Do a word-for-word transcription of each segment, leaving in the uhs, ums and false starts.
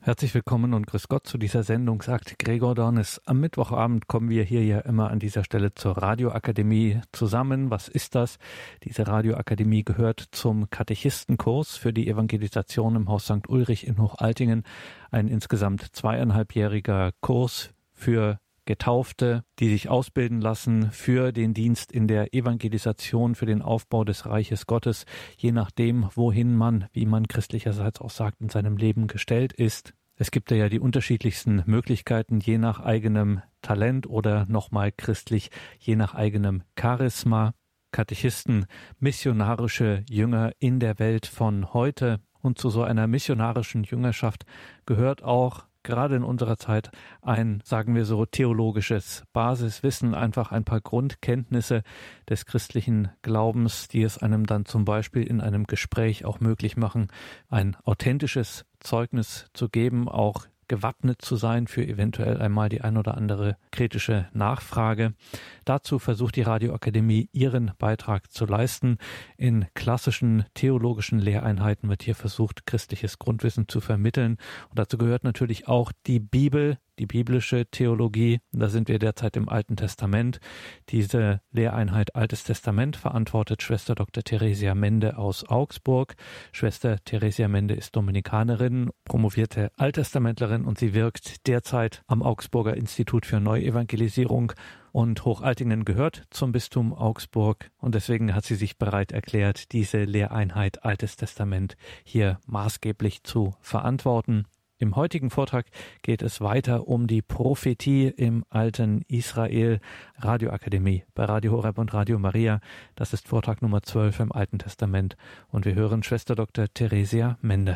Herzlich willkommen und grüß Gott zu dieser Sendung, sagt Gregor Dornis. Am Mittwochabend kommen wir hier ja immer an dieser Stelle zur Radioakademie zusammen. Was ist das? Diese Radioakademie gehört zum Katechistenkurs für die Evangelisation im Haus Sankt Ulrich in Hochaltingen. Ein insgesamt zweieinhalbjähriger Kurs für Getaufte, die sich ausbilden lassen für den Dienst in der Evangelisation, für den Aufbau des Reiches Gottes, je nachdem, wohin man, wie man christlicherseits auch sagt, in seinem Leben gestellt ist. Es gibt ja die unterschiedlichsten Möglichkeiten, je nach eigenem Talent oder nochmal christlich, je nach eigenem Charisma. Katechisten, missionarische Jünger in der Welt von heute. Und zu so einer missionarischen Jüngerschaft gehört auch gerade in unserer Zeit ein, sagen wir so, theologisches Basiswissen, einfach ein paar Grundkenntnisse des christlichen Glaubens, die es einem dann zum Beispiel in einem Gespräch auch möglich machen, ein authentisches Zeugnis zu geben, auch gewappnet zu sein für eventuell einmal die ein oder andere kritische Nachfrage. Dazu versucht die Radioakademie ihren Beitrag zu leisten. In klassischen theologischen Lehreinheiten wird hier versucht, christliches Grundwissen zu vermitteln. Und dazu gehört natürlich auch die Bibel, die biblische Theologie. Da sind wir derzeit im Alten Testament. Diese Lehreinheit Altes Testament verantwortet Schwester Doktor Theresia Mende aus Augsburg. Schwester Theresia Mende ist Dominikanerin, promovierte Alttestamentlerin und sie wirkt derzeit am Augsburger Institut für Neuevangelisierung. Und Hochaltingen gehört zum Bistum Augsburg und deswegen hat sie sich bereit erklärt, diese Lehreinheit Altes Testament hier maßgeblich zu verantworten. Im heutigen Vortrag geht es weiter um die Prophetie im alten Israel. Radioakademie bei Radio Horeb und Radio Maria. Das ist Vortrag Nummer zwölf im Alten Testament. Und wir hören Schwester Doktor Theresia Mende.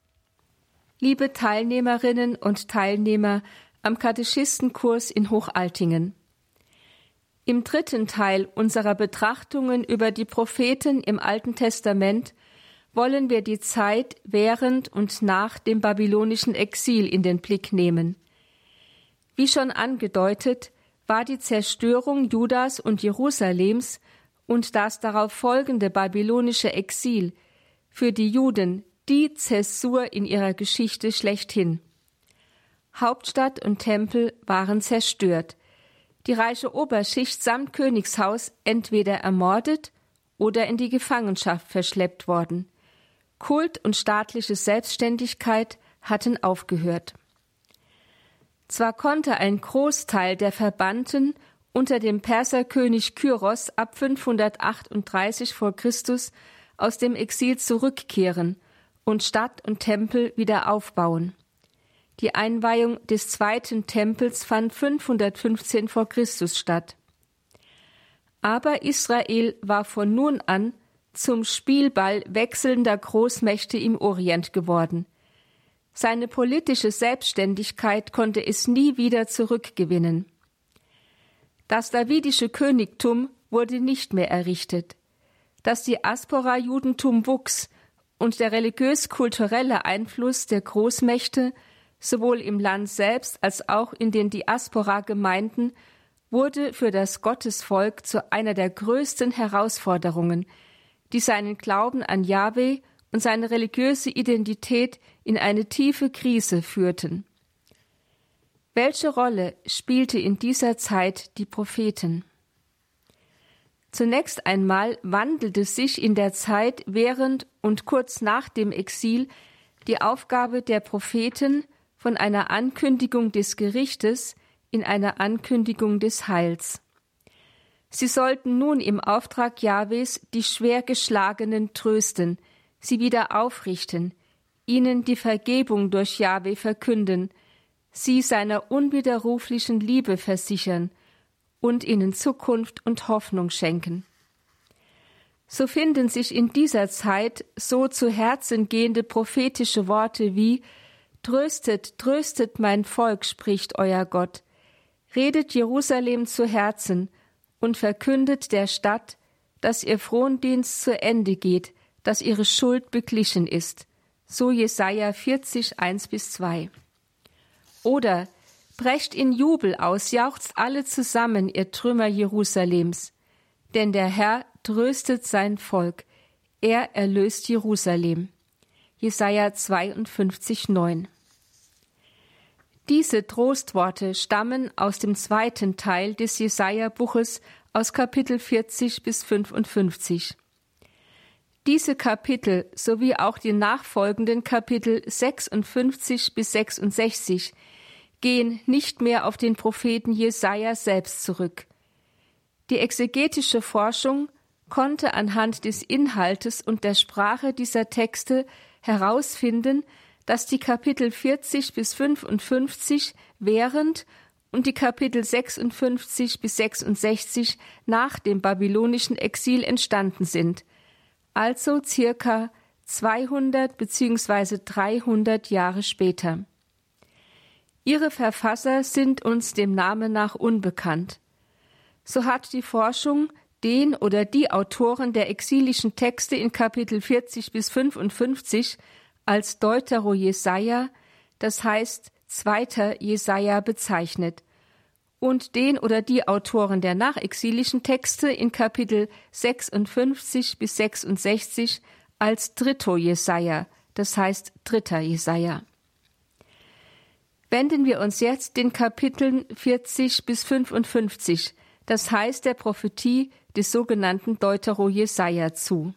Liebe Teilnehmerinnen und Teilnehmer am Katechistenkurs in Hochaltingen. Im dritten Teil unserer Betrachtungen über die Propheten im Alten Testament wollen wir die Zeit während und nach dem babylonischen Exil in den Blick nehmen. Wie schon angedeutet, war die Zerstörung Judas und Jerusalems und das darauf folgende babylonische Exil für die Juden die Zäsur in ihrer Geschichte schlechthin. Hauptstadt und Tempel waren zerstört, die reiche Oberschicht samt Königshaus entweder ermordet oder in die Gefangenschaft verschleppt worden. Kult und staatliche Selbstständigkeit hatten aufgehört. Zwar konnte ein Großteil der Verbannten unter dem Perserkönig Kyros ab fünfhundertachtunddreißig vor Christus aus dem Exil zurückkehren und Stadt und Tempel wieder aufbauen. Die Einweihung des zweiten Tempels fand fünfhundertfünfzehn vor Christus statt. Aber Israel war von nun an zum Spielball wechselnder Großmächte im Orient geworden. Seine politische Selbstständigkeit konnte es nie wieder zurückgewinnen. Das davidische Königtum wurde nicht mehr errichtet. Das Diaspora-Judentum wuchs und der religiös-kulturelle Einfluss der Großmächte sowohl im Land selbst als auch in den Diaspora-Gemeinden wurde für das Gottesvolk zu einer der größten Herausforderungen, die seinen Glauben an Jahwe und seine religiöse Identität in eine tiefe Krise führten. Welche Rolle spielte in dieser Zeit die Propheten? Zunächst einmal wandelte sich in der Zeit während und kurz nach dem Exil die Aufgabe der Propheten von einer Ankündigung des Gerichtes in eine Ankündigung des Heils. Sie sollten nun im Auftrag Jahwes die schwer Geschlagenen trösten, sie wieder aufrichten, ihnen die Vergebung durch Jahwe verkünden, sie seiner unwiderruflichen Liebe versichern und ihnen Zukunft und Hoffnung schenken. So finden sich in dieser Zeit so zu Herzen gehende prophetische Worte wie: Tröstet, tröstet mein Volk, spricht euer Gott. Redet Jerusalem zu Herzen und verkündet der Stadt, dass ihr Frondienst zu Ende geht, dass ihre Schuld beglichen ist. So Jesaja vierzig, eins bis zwei. Oder: Brecht in Jubel aus, jauchzt alle zusammen, ihr Trümmer Jerusalems. Denn der Herr tröstet sein Volk, er erlöst Jerusalem. Jesaja zweiundfünfzig, neun. Diese Trostworte stammen aus dem zweiten Teil des Jesaja-Buches aus Kapitel vierzig bis fünfundfünfzig. Diese Kapitel sowie auch die nachfolgenden Kapitel sechsundfünfzig bis sechsundsechzig gehen nicht mehr auf den Propheten Jesaja selbst zurück. Die exegetische Forschung konnte anhand des Inhaltes und der Sprache dieser Texte herausfinden, dass die Kapitel vierzig bis fünfundfünfzig während und die Kapitel sechsundfünfzig bis sechsundsechzig nach dem babylonischen Exil entstanden sind, also circa zweihundert bzw. dreihundert Jahre später. Ihre Verfasser sind uns dem Namen nach unbekannt. So hat die Forschung den oder die Autoren der exilischen Texte in Kapitel vierzig bis fünfundfünfzig als Deutero-Jesaja, das heißt zweiter Jesaja, bezeichnet und den oder die Autoren der nachexilischen Texte in Kapitel sechsundfünfzig bis sechsundsechzig als Drito-Jesaja, das heißt dritter Jesaja. Wenden wir uns jetzt den Kapiteln vierzig bis fünfundfünfzig, das heißt der Prophetie des sogenannten Deutero-Jesaja, zu.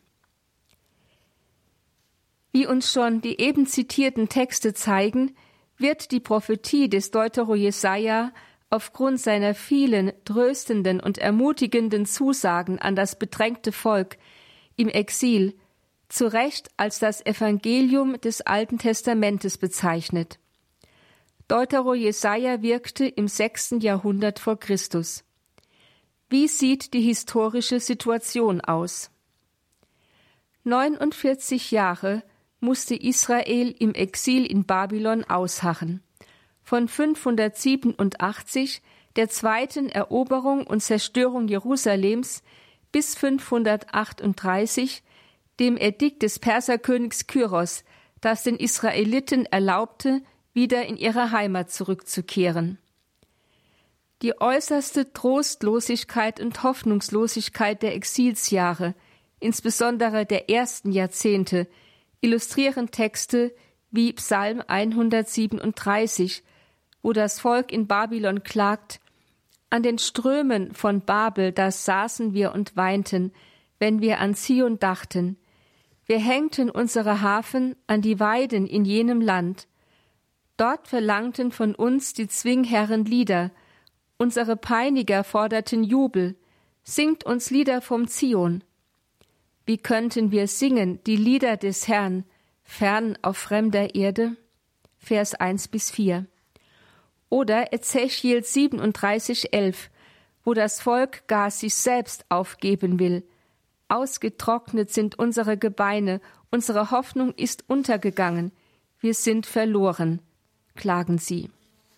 Wie uns schon die eben zitierten Texte zeigen, wird die Prophetie des Deutero-Jesaja aufgrund seiner vielen tröstenden und ermutigenden Zusagen an das bedrängte Volk im Exil zu Recht als das Evangelium des Alten Testamentes bezeichnet. Deutero-Jesaja wirkte im sechsten Jahrhundert vor Christus. Wie sieht die historische Situation aus? neunundvierzig Jahre musste Israel im Exil in Babylon ausharren. Von fünfhundertsiebenundachtzig, der zweiten Eroberung und Zerstörung Jerusalems, bis fünfhundertachtunddreißig, dem Edikt des Perserkönigs Kyros, das den Israeliten erlaubte, wieder in ihre Heimat zurückzukehren. Die äußerste Trostlosigkeit und Hoffnungslosigkeit der Exilsjahre, insbesondere der ersten Jahrzehnte, illustrieren Texte wie Psalm hundertsiebenunddreißig, wo das Volk in Babylon klagt: An den Strömen von Babel, da saßen wir und weinten, wenn wir an Zion dachten. Wir hängten unsere Hafen an die Weiden in jenem Land. Dort verlangten von uns die Zwingherren Lieder, unsere Peiniger forderten Jubel, singt uns Lieder vom Zion. Wie könnten wir singen die Lieder des Herrn, fern auf fremder Erde? Vers eins bis vier. Oder Ezechiel siebenunddreißig, elf, wo das Volk gar sich selbst aufgeben will. Ausgetrocknet sind unsere Gebeine, unsere Hoffnung ist untergegangen, wir sind verloren, klagen sie.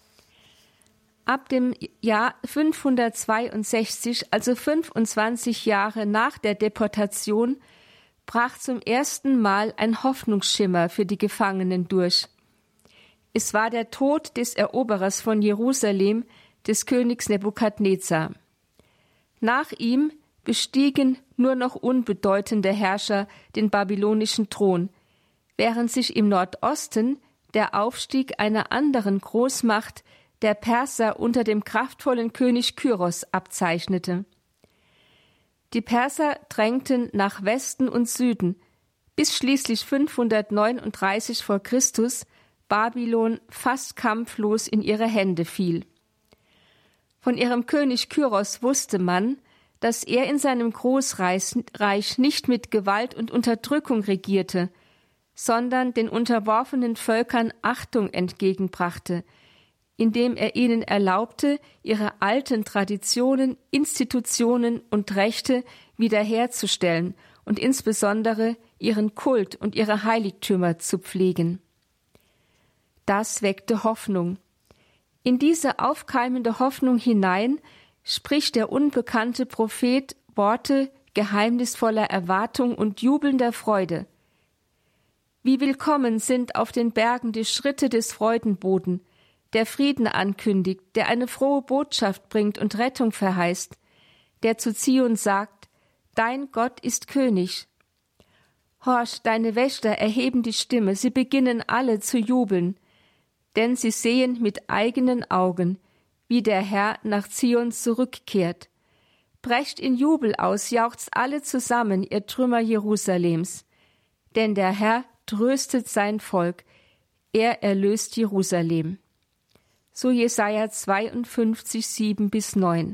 Ab dem Jahr fünfhundertzweiundsechzig, also fünfundzwanzig Jahre nach der Deportation, brach zum ersten Mal ein Hoffnungsschimmer für die Gefangenen durch. Es war der Tod des Eroberers von Jerusalem, des Königs Nebukadnezar. Nach ihm bestiegen nur noch unbedeutende Herrscher den babylonischen Thron, während sich im Nordosten der Aufstieg einer anderen Großmacht, der Perser, unter dem kraftvollen König Kyros abzeichnete. Die Perser drängten nach Westen und Süden, bis schließlich fünfhundertneununddreißig vor Christus Babylon fast kampflos in ihre Hände fiel. Von ihrem König Kyros wusste man, dass er in seinem Großreich nicht mit Gewalt und Unterdrückung regierte, sondern den unterworfenen Völkern Achtung entgegenbrachte, indem er ihnen erlaubte, ihre alten Traditionen, Institutionen und Rechte wiederherzustellen und insbesondere ihren Kult und ihre Heiligtümer zu pflegen. Das weckte Hoffnung. In diese aufkeimende Hoffnung hinein spricht der unbekannte Prophet Worte geheimnisvoller Erwartung und jubelnder Freude. Wie willkommen sind auf den Bergen die Schritte des Freudenboten, der Frieden ankündigt, der eine frohe Botschaft bringt und Rettung verheißt, der zu Zion sagt: Dein Gott ist König. Horch, deine Wächter erheben die Stimme, sie beginnen alle zu jubeln. denn sie sehen mit eigenen Augen, wie der Herr nach Zion zurückkehrt. Brecht in Jubel aus, jauchzt alle zusammen, ihr Trümmer Jerusalems. Denn der Herr tröstet sein Volk, er erlöst Jerusalem. So Jesaja zweiundfünfzig, sieben bis neun.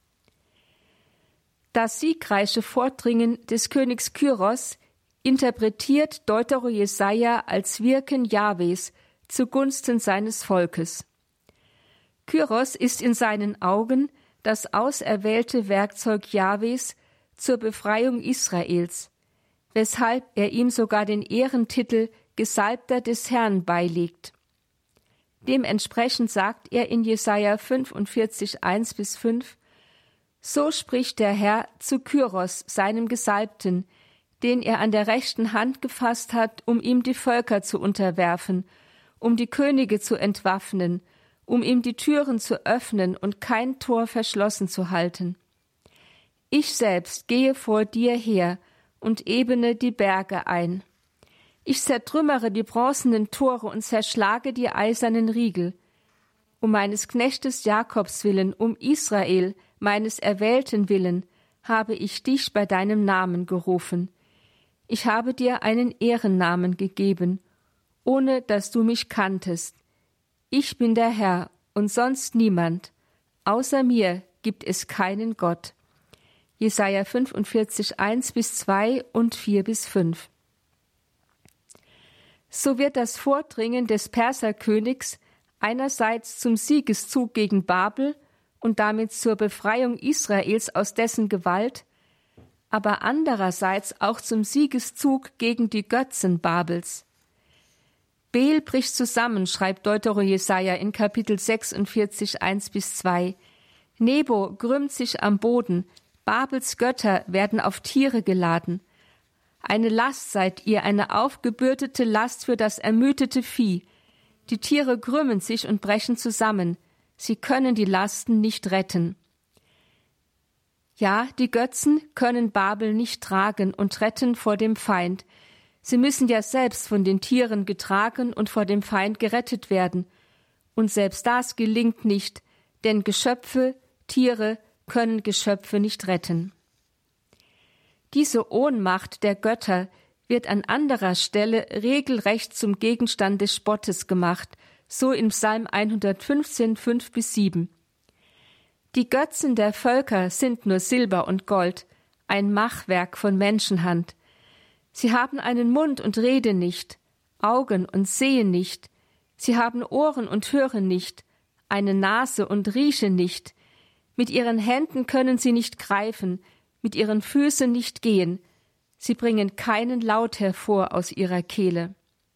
Das siegreiche Vordringen des Königs Kyros interpretiert Deutero Jesaja als Wirken Jahwes zugunsten seines Volkes. Kyros ist in seinen Augen das auserwählte Werkzeug Jahwes zur Befreiung Israels, weshalb er ihm sogar den Ehrentitel Gesalbter des Herrn beilegt. Dementsprechend sagt er in Jesaja fünfundvierzig, eins bis fünf: So spricht der Herr zu Kyros, seinem Gesalbten, den er an der rechten Hand gefasst hat, um ihm die Völker zu unterwerfen, um die Könige zu entwaffnen, um ihm die Türen zu öffnen und kein Tor verschlossen zu halten. Ich selbst gehe vor dir her und ebene die Berge ein. Ich zertrümmere die bronzenen Tore und zerschlage die eisernen Riegel. Um meines Knechtes Jakobs willen, um Israel, meines Erwählten willen, habe ich dich bei deinem Namen gerufen. Ich habe dir einen Ehrennamen gegeben, ohne dass du mich kanntest. Ich bin der Herr und sonst niemand. Außer mir gibt es keinen Gott. Jesaja fünfundvierzig, eins bis zwei und vier bis fünf. So wird das Vordringen des Perserkönigs einerseits zum Siegeszug gegen Babel und damit zur Befreiung Israels aus dessen Gewalt, aber andererseits auch zum Siegeszug gegen die Götzen Babels. Bel bricht zusammen, schreibt Deutero Jesaja in Kapitel sechsundvierzig, eins bis zwei. Nebo krümmt sich am Boden, Babels Götter werden auf Tiere geladen. Eine Last seid ihr, eine aufgebürdete Last für das ermüdete Vieh. Die Tiere krümmen sich und brechen zusammen. Sie können die Lasten nicht retten. Ja, die Götzen können Babel nicht tragen und retten vor dem Feind. Sie müssen ja selbst von den Tieren getragen und vor dem Feind gerettet werden. Und selbst das gelingt nicht, denn Geschöpfe, Tiere können Geschöpfe nicht retten. Diese Ohnmacht der Götter wird an anderer Stelle regelrecht zum Gegenstand des Spottes gemacht, so in Psalm hundertfünfzehn, fünf bis sieben. Die Götzen der Völker sind nur Silber und Gold, ein Machwerk von Menschenhand. Sie haben einen Mund und reden nicht, Augen und sehen nicht, sie haben Ohren und hören nicht, eine Nase und riechen nicht, mit ihren Händen können sie nicht greifen, mit ihren Füßen nicht gehen, sie bringen keinen Laut hervor aus ihrer Kehle.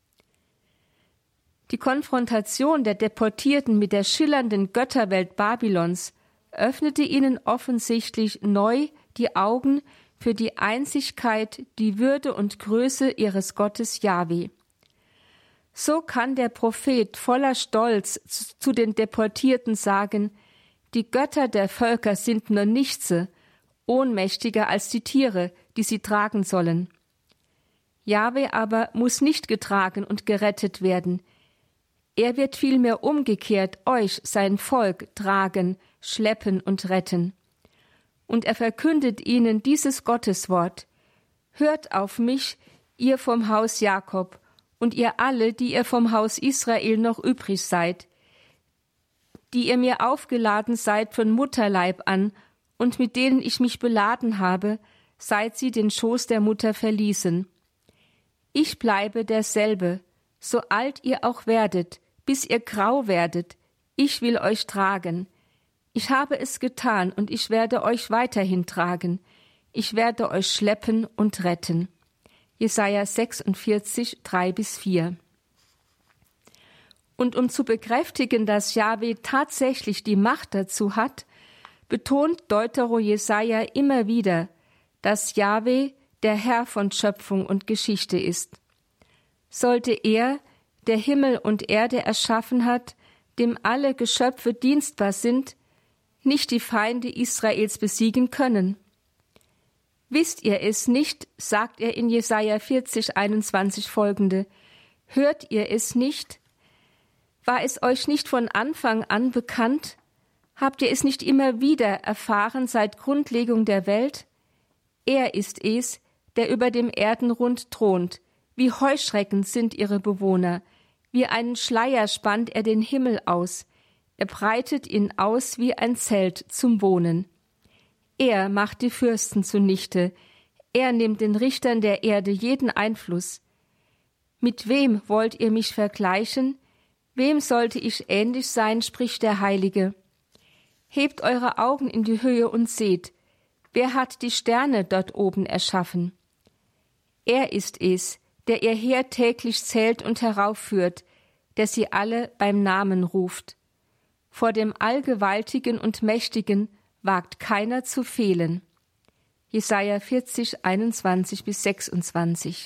Die Konfrontation der Deportierten mit der schillernden Götterwelt Babylons öffnete ihnen offensichtlich neu die Augen für die Einzigkeit, die Würde und Größe ihres Gottes Jahwe. So kann der Prophet voller Stolz zu den Deportierten sagen: Die Götter der Völker sind nur nichtse, ohnmächtiger als die Tiere, die sie tragen sollen. Jahwe aber muss nicht getragen und gerettet werden. Er wird vielmehr umgekehrt euch, sein Volk, tragen, schleppen und retten. Und er verkündet ihnen dieses Gotteswort: Hört auf mich, ihr vom Haus Jakob, und ihr alle, die ihr vom Haus Israel noch übrig seid, die ihr mir aufgeladen seid von Mutterleib an, und mit denen ich mich beladen habe, seit sie den Schoß der Mutter verließen. Ich bleibe derselbe, so alt ihr auch werdet, bis ihr grau werdet, ich will euch tragen. Ich habe es getan, und ich werde euch weiterhin tragen. Ich werde euch schleppen und retten. Jesaja sechsundvierzig, drei bis vier. Und um zu bekräftigen, dass Jahwe tatsächlich die Macht dazu hat, betont Deutero Jesaja immer wieder, dass Jahwe der Herr von Schöpfung und Geschichte ist. Sollte er, der Himmel und Erde erschaffen hat, dem alle Geschöpfe dienstbar sind, nicht die Feinde Israels besiegen können? Wisst ihr es nicht, sagt er in Jesaja vierzig, einundzwanzig folgende, hört ihr es nicht? War es euch nicht von Anfang an bekannt? Habt ihr es nicht immer wieder erfahren seit Grundlegung der Welt? Er ist es, der über dem Erdenrund thront. Wie Heuschrecken sind ihre Bewohner. Wie einen Schleier spannt er den Himmel aus. Er breitet ihn aus wie ein Zelt zum Wohnen. Er macht die Fürsten zunichte. Er nimmt den Richtern der Erde jeden Einfluss. Mit wem wollt ihr mich vergleichen? Wem sollte ich ähnlich sein, spricht der Heilige. Hebt eure Augen in die Höhe und seht, wer hat die Sterne dort oben erschaffen? Er ist es, der ihr Heer täglich zählt und heraufführt, der sie alle beim Namen ruft. Vor dem Allgewaltigen und Mächtigen wagt keiner zu fehlen. Jesaja vierzig, einundzwanzig bis sechsundzwanzig.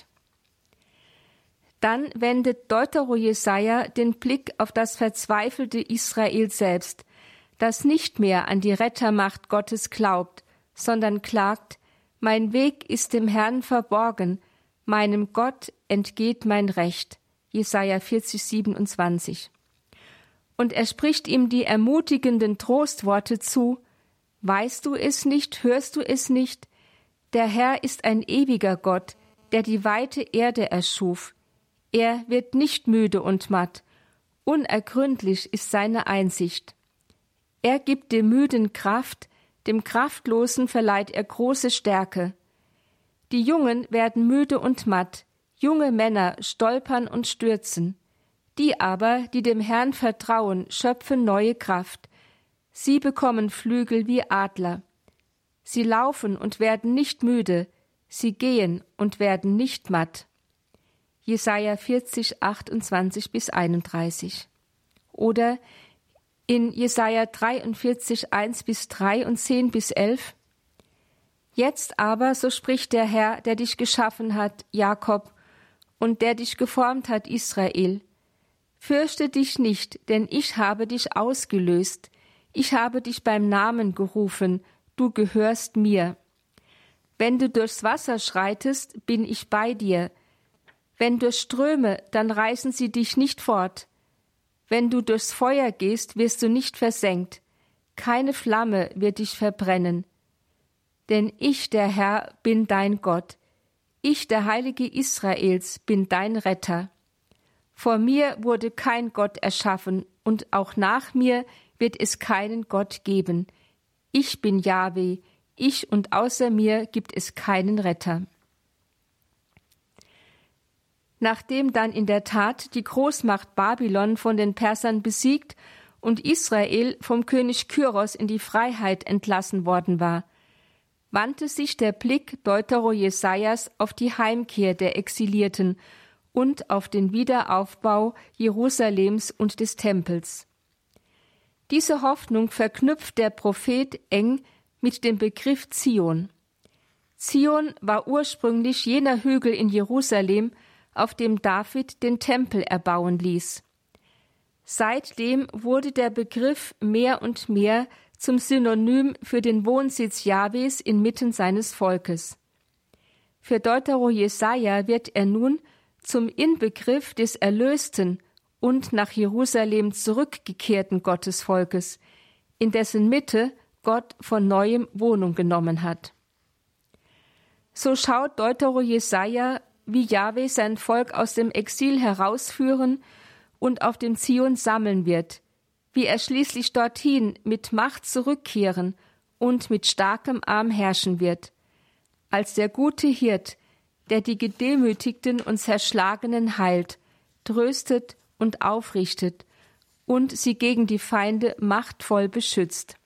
Dann wendet Deutero-Jesaja den Blick auf das verzweifelte Israel selbst, das nicht mehr an die Rettermacht Gottes glaubt, sondern klagt: Mein Weg ist dem Herrn verborgen, meinem Gott entgeht mein Recht. Jesaja vierzig, siebenundzwanzig. Und er spricht ihm die ermutigenden Trostworte zu: Weißt du es nicht, hörst du es nicht? Der Herr ist ein ewiger Gott, der die weite Erde erschuf. Er wird nicht müde und matt. Unergründlich ist seine Einsicht. Er gibt dem Müden Kraft, dem Kraftlosen verleiht er große Stärke. Die Jungen werden müde und matt, junge Männer stolpern und stürzen. Die aber, die dem Herrn vertrauen, schöpfen neue Kraft. Sie bekommen Flügel wie Adler. Sie laufen und werden nicht müde, sie gehen und werden nicht matt. Jesaja vierzig, achtundzwanzig bis einunddreißig. Oder in Jesaja dreiundvierzig, eins bis drei und zehn bis elf. Jetzt aber, so spricht der Herr, der dich geschaffen hat, Jakob, und der dich geformt hat, Israel. Fürchte dich nicht, denn ich habe dich ausgelöst. Ich habe dich beim Namen gerufen, du gehörst mir. Wenn du durchs Wasser schreitest, bin ich bei dir. Wenn durch Ströme, dann reißen sie dich nicht fort. Wenn du durchs Feuer gehst, wirst du nicht versenkt. Keine Flamme wird dich verbrennen. Denn ich, der Herr, bin dein Gott. Ich, der Heilige Israels, bin dein Retter. Vor mir wurde kein Gott erschaffen, und auch nach mir wird es keinen Gott geben. Ich bin Jahwe, ich und außer mir gibt es keinen Retter. Nachdem dann in der Tat die Großmacht Babylon von den Persern besiegt und Israel vom König Kyros in die Freiheit entlassen worden war, wandte sich der Blick Deutero-Jesajas auf die Heimkehr der Exilierten und auf den Wiederaufbau Jerusalems und des Tempels. Diese Hoffnung verknüpft der Prophet eng mit dem Begriff Zion. Zion war ursprünglich jener Hügel in Jerusalem, auf dem David den Tempel erbauen ließ. Seitdem wurde der Begriff mehr und mehr zum Synonym für den Wohnsitz Jahwes inmitten seines Volkes. Für Deutero-Jesaja wird er nun zum Inbegriff des erlösten und nach Jerusalem zurückgekehrten Gottesvolkes, in dessen Mitte Gott von neuem Wohnung genommen hat. So schaut Deutero-Jesaja, wie Jahwe sein Volk aus dem Exil herausführen und auf dem Zion sammeln wird, wie er schließlich dorthin mit Macht zurückkehren und mit starkem Arm herrschen wird, als der gute Hirt, der die Gedemütigten und Zerschlagenen heilt, tröstet und aufrichtet und sie gegen die Feinde machtvoll beschützt.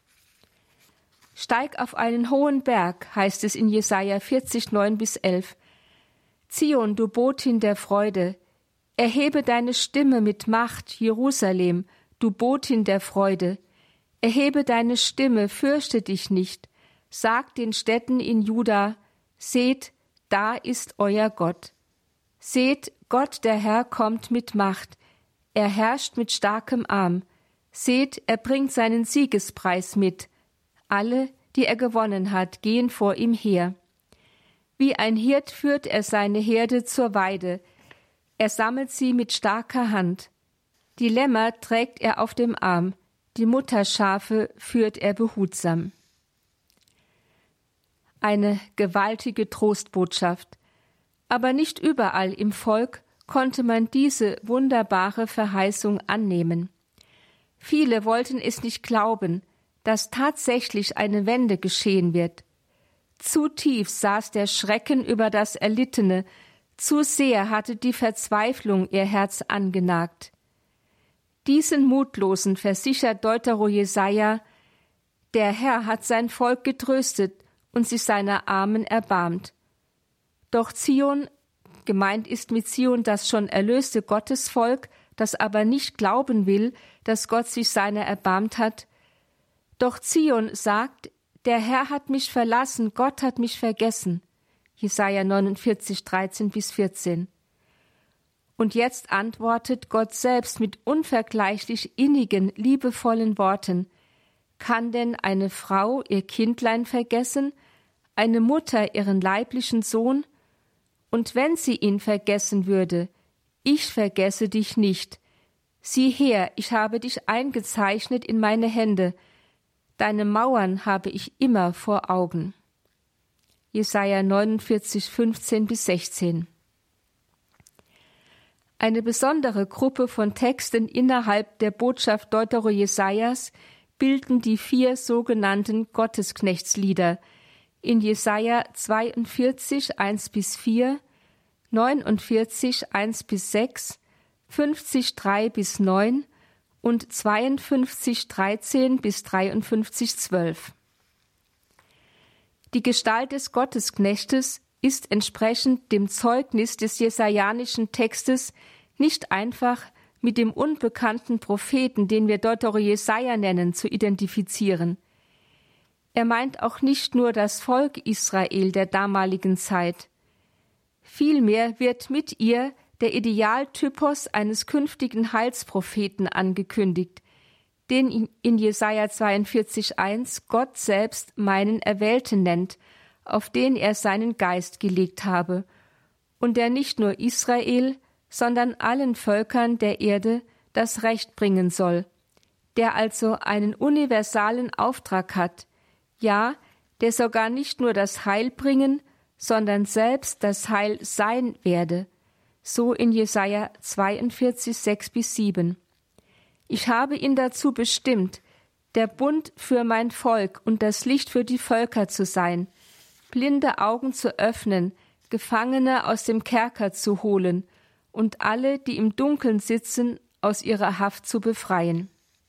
Steig auf einen hohen Berg, heißt es in Jesaja vierzig, neun bis elf. Zion, du Botin der Freude, erhebe deine Stimme mit Macht, Jerusalem, du Botin der Freude. Erhebe deine Stimme, fürchte dich nicht. Sag den Städten in Juda, seht, da ist euer Gott. Seht, Gott der Herr kommt mit Macht. Er herrscht mit starkem Arm. Seht, er bringt seinen Siegespreis mit. Alle, die er gewonnen hat, gehen vor ihm her. Wie ein Hirt führt er seine Herde zur Weide. Er sammelt sie mit starker Hand. Die Lämmer trägt er auf dem Arm, die Mutterschafe führt er behutsam. Eine gewaltige Trostbotschaft. Aber nicht überall im Volk konnte man diese wunderbare Verheißung annehmen. Viele wollten es nicht glauben, dass tatsächlich eine Wende geschehen wird. Zu tief saß der Schrecken über das Erlittene, zu sehr hatte die Verzweiflung ihr Herz angenagt. Diesen Mutlosen versichert Deutero Jesaja: Der Herr hat sein Volk getröstet und sich seiner Armen erbarmt. Doch Zion, gemeint ist mit Zion das schon erlöste Gottesvolk, das aber nicht glauben will, dass Gott sich seiner erbarmt hat. Doch Zion sagt: Der Herr hat mich verlassen, Gott hat mich vergessen. Jesaja neunundvierzig, dreizehn bis vierzehn. Und jetzt antwortet Gott selbst mit unvergleichlich innigen, liebevollen Worten: Kann denn eine Frau ihr Kindlein vergessen, eine Mutter ihren leiblichen Sohn? Und wenn sie ihn vergessen würde, ich vergesse dich nicht. Sieh her, ich habe dich eingezeichnet in meine Hände, deine Mauern habe ich immer vor Augen. Jesaja neunundvierzig, fünfzehn bis sechzehn. Eine besondere Gruppe von Texten innerhalb der Botschaft Deutero Jesajas bilden die vier sogenannten Gottesknechtslieder in Jesaja zweiundvierzig, eins bis vier, neunundvierzig, eins bis sechs, fünfzig, drei bis neun und zweiundfünfzig, dreizehn bis dreiundfünfzig, zwölf. Die Gestalt des Gottesknechtes ist entsprechend dem Zeugnis des jesajanischen Textes nicht einfach mit dem unbekannten Propheten, den wir Deutero Jesaja nennen, zu identifizieren. Er meint auch nicht nur das Volk Israel der damaligen Zeit. Vielmehr wird mit ihr der Idealtypos eines künftigen Heilspropheten angekündigt, den in Jesaja zweiundvierzig, eins Gott selbst meinen Erwählten nennt, auf den er seinen Geist gelegt habe, und der nicht nur Israel, sondern allen Völkern der Erde das Recht bringen soll, der also einen universalen Auftrag hat, ja, der sogar nicht nur das Heil bringen, sondern selbst das Heil sein werde, so in Jesaja zweiundvierzig, sechs bis sieben. Ich habe ihn dazu bestimmt, der Bund für mein Volk und das Licht für die Völker zu sein, blinde Augen zu öffnen, Gefangene aus dem Kerker zu holen und alle, die im Dunkeln sitzen, aus ihrer Haft zu befreien.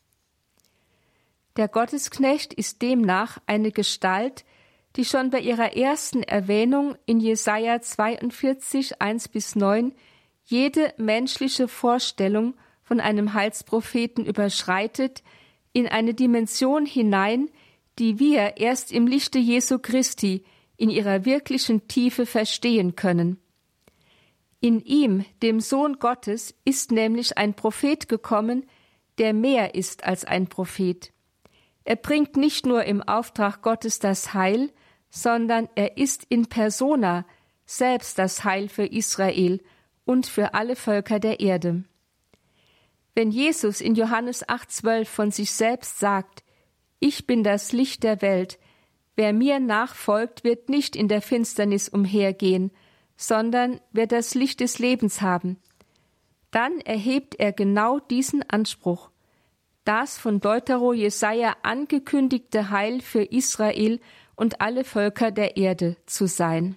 Der Gottesknecht ist demnach eine Gestalt, die schon bei ihrer ersten Erwähnung in Jesaja zweiundvierzig, eins bis neun jede menschliche Vorstellung von einem Heilspropheten überschreitet, in eine Dimension hinein, die wir erst im Lichte Jesu Christi in ihrer wirklichen Tiefe verstehen können. In ihm, dem Sohn Gottes, ist nämlich ein Prophet gekommen, der mehr ist als ein Prophet. Er bringt nicht nur im Auftrag Gottes das Heil, sondern er ist in persona selbst das Heil für Israel und für alle Völker der Erde. Wenn Jesus in Johannes acht, zwölf von sich selbst sagt: Ich bin das Licht der Welt, wer mir nachfolgt, wird nicht in der Finsternis umhergehen, sondern wird das Licht des Lebens haben, dann erhebt er genau diesen Anspruch, das von Deutero Jesaja angekündigte Heil für Israel und alle Völker der Erde zu sein.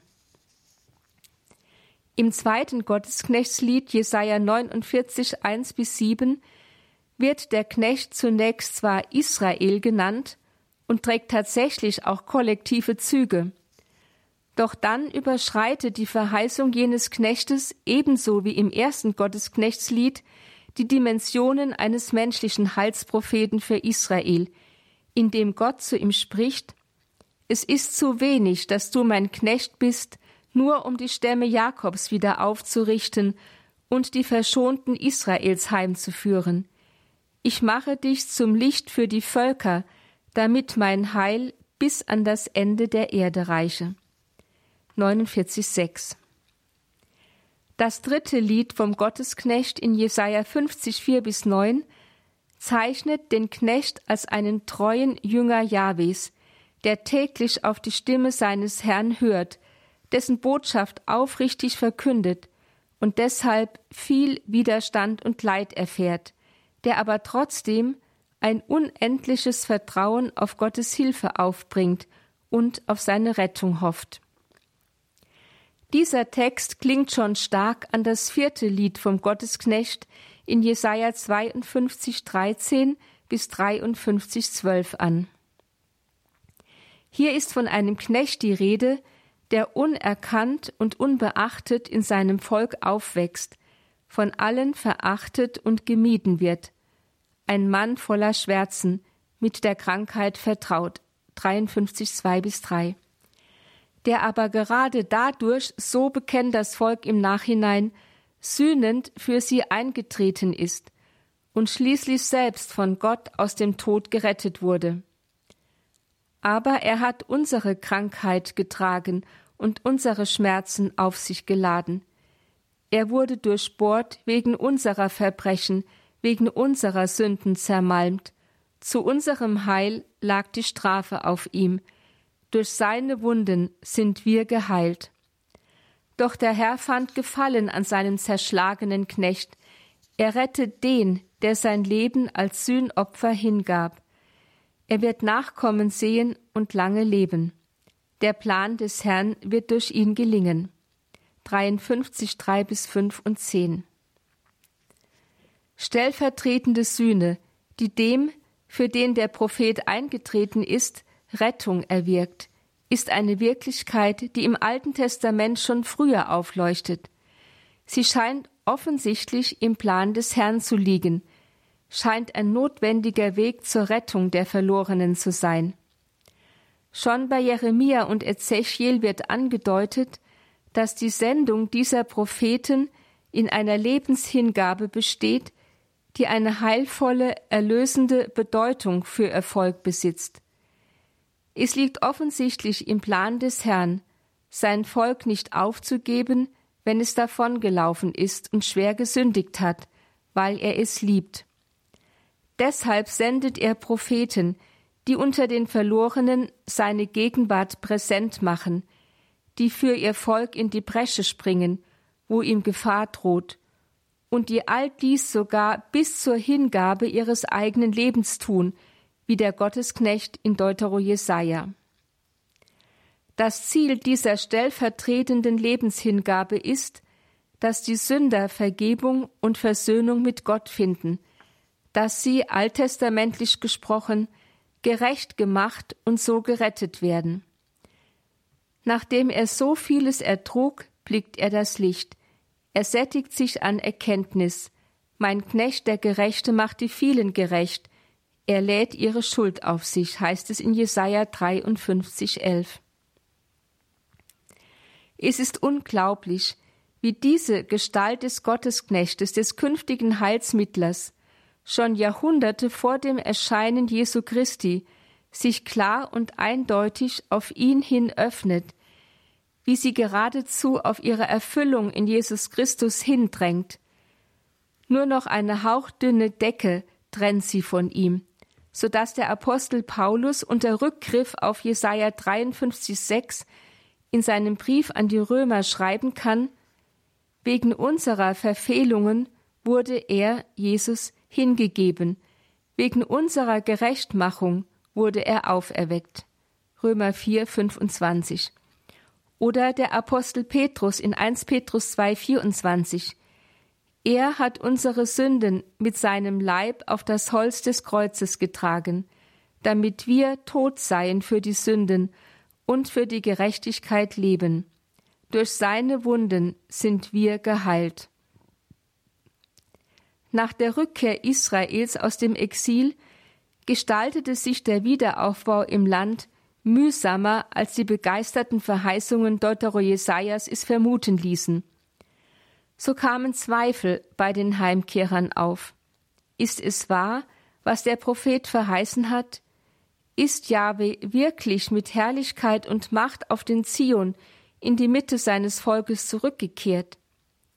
Im zweiten Gottesknechtslied Jesaja neunundvierzig, eins bis sieben wird der Knecht zunächst zwar Israel genannt und trägt tatsächlich auch kollektive Züge. Doch dann überschreitet die Verheißung jenes Knechtes ebenso wie im ersten Gottesknechtslied die Dimensionen eines menschlichen Heilspropheten für Israel, indem Gott zu ihm spricht: Es ist zu wenig, dass du mein Knecht bist, nur um die Stämme Jakobs wieder aufzurichten und die Verschonten Israels heimzuführen. Ich mache dich zum Licht für die Völker, damit mein Heil bis an das Ende der Erde reiche. neunundvierzig, sechs. Das dritte Lied vom Gottesknecht in Jesaja fünfzig, vier bis neun zeichnet den Knecht als einen treuen Jünger Jahwes, der täglich auf die Stimme seines Herrn hört, dessen Botschaft aufrichtig verkündet und deshalb viel Widerstand und Leid erfährt, der aber trotzdem ein unendliches Vertrauen auf Gottes Hilfe aufbringt und auf seine Rettung hofft. Dieser Text klingt schon stark an das vierte Lied vom Gottesknecht in Jesaja zweiundfünfzig, dreizehn bis dreiundfünfzig, zwölf an. Hier ist von einem Knecht die Rede, der unerkannt und unbeachtet in seinem Volk aufwächst, von allen verachtet und gemieden wird, ein Mann voller Schmerzen, mit der Krankheit vertraut, dreiundfünfzig, zwei bis drei. Der aber gerade dadurch, so bekennt das Volk im Nachhinein, sühnend für sie eingetreten ist und schließlich selbst von Gott aus dem Tod gerettet wurde. Aber er hat unsere Krankheit getragen und unsere Schmerzen auf sich geladen. Er wurde durchbohrt wegen unserer Verbrechen, wegen unserer Sünden zermalmt. Zu unserem Heil lag die Strafe auf ihm. Durch seine Wunden sind wir geheilt. Doch der Herr fand Gefallen an seinem zerschlagenen Knecht. Er rettet den, der sein Leben als Sühnopfer hingab. Er wird Nachkommen sehen und lange leben. Der Plan des Herrn wird durch ihn gelingen. dreiundfünfzig, drei bis fünf und zehn. Stellvertretende Sühne, die dem, für den der Prophet eingetreten ist, Rettung erwirkt, ist eine Wirklichkeit, die im Alten Testament schon früher aufleuchtet. Sie scheint offensichtlich im Plan des Herrn zu liegen, scheint ein notwendiger Weg zur Rettung der Verlorenen zu sein. Schon bei Jeremia und Ezechiel wird angedeutet, dass die Sendung dieser Propheten in einer Lebenshingabe besteht, die eine heilvolle, erlösende Bedeutung für Erfolg besitzt. Es liegt offensichtlich im Plan des Herrn, sein Volk nicht aufzugeben, wenn es davongelaufen ist und schwer gesündigt hat, weil er es liebt. Deshalb sendet er Propheten, die unter den Verlorenen seine Gegenwart präsent machen, die für ihr Volk in die Bresche springen, wo ihm Gefahr droht, und die all dies sogar bis zur Hingabe ihres eigenen Lebens tun, wie der Gottesknecht in Deutero-Jesaja. Das Ziel dieser stellvertretenden Lebenshingabe ist, dass die Sünder Vergebung und Versöhnung mit Gott finden, dass sie, alttestamentlich gesprochen, gerecht gemacht und so gerettet werden. Nachdem er so vieles ertrug, blickt er das Licht. Er sättigt sich an Erkenntnis. Mein Knecht, der Gerechte, macht die vielen gerecht. Er lädt ihre Schuld auf sich, heißt es in Jesaja dreiundfünfzig, elf. Es ist unglaublich, wie diese Gestalt des Gottesknechtes, des künftigen Heilsmittlers, schon Jahrhunderte vor dem Erscheinen Jesu Christi sich klar und eindeutig auf ihn hin öffnet, wie sie geradezu auf ihre Erfüllung in Jesus Christus hindrängt. Nur noch eine hauchdünne Decke trennt sie von ihm, so dass der Apostel Paulus unter Rückgriff auf Jesaja dreiundfünfzig, sechs in seinem Brief an die Römer schreiben kann: Wegen unserer Verfehlungen wurde er, Jesus, hingegeben, wegen unserer Gerechtmachung wurde er auferweckt. Römer vier, fünfundzwanzig. Oder der Apostel Petrus in erster Petrus zwei, vierundzwanzig. Er hat unsere Sünden mit seinem Leib auf das Holz des Kreuzes getragen, damit wir tot seien für die Sünden und für die Gerechtigkeit leben. Durch seine Wunden sind wir geheilt. Nach der Rückkehr Israels aus dem Exil gestaltete sich der Wiederaufbau im Land mühsamer, als die begeisterten Verheißungen Deutero-Jesajas es vermuten ließen. So kamen Zweifel bei den Heimkehrern auf. Ist es wahr, was der Prophet verheißen hat? Ist Jahwe wirklich mit Herrlichkeit und Macht auf den Zion in die Mitte seines Volkes zurückgekehrt?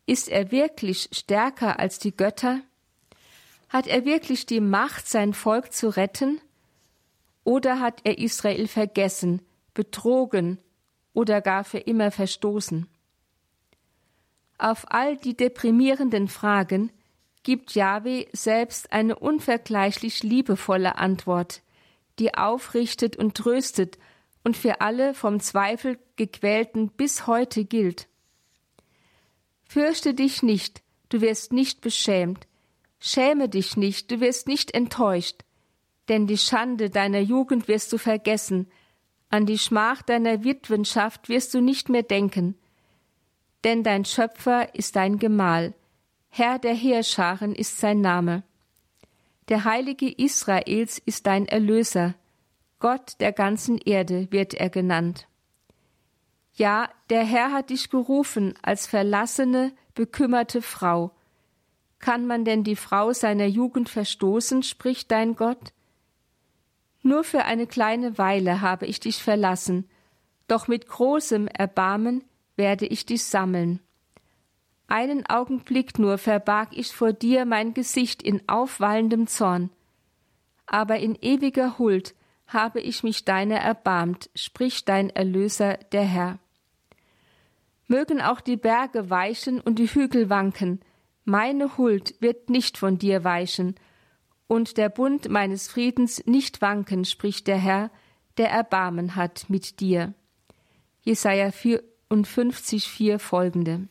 Ist er wirklich stärker als die Götter? Hat er wirklich die Macht, sein Volk zu retten? Oder hat er Israel vergessen, betrogen oder gar für immer verstoßen? Auf all die deprimierenden Fragen gibt Jahwe selbst eine unvergleichlich liebevolle Antwort, die aufrichtet und tröstet und für alle vom Zweifel gequälten bis heute gilt. Fürchte dich nicht, du wirst nicht beschämt. Schäme dich nicht, du wirst nicht enttäuscht. Denn die Schande deiner Jugend wirst du vergessen. An die Schmach deiner Witwenschaft wirst du nicht mehr denken. Denn dein Schöpfer ist dein Gemahl. Herr der Heerscharen ist sein Name. Der Heilige Israels ist dein Erlöser. Gott der ganzen Erde wird er genannt. Ja, der Herr hat dich gerufen als verlassene, bekümmerte Frau. Kann man denn die Frau seiner Jugend verstoßen, spricht dein Gott? Nur für eine kleine Weile habe ich dich verlassen, doch mit großem Erbarmen werde ich dich sammeln. Einen Augenblick nur verbarg ich vor dir mein Gesicht in aufwallendem Zorn. Aber in ewiger Huld habe ich mich deiner erbarmt, spricht dein Erlöser, der Herr. Mögen auch die Berge weichen und die Hügel wanken, meine Huld wird nicht von dir weichen, und der Bund meines Friedens nicht wanken, spricht der Herr, der Erbarmen hat mit dir. Jesaja vierundfünfzig, vier folgende.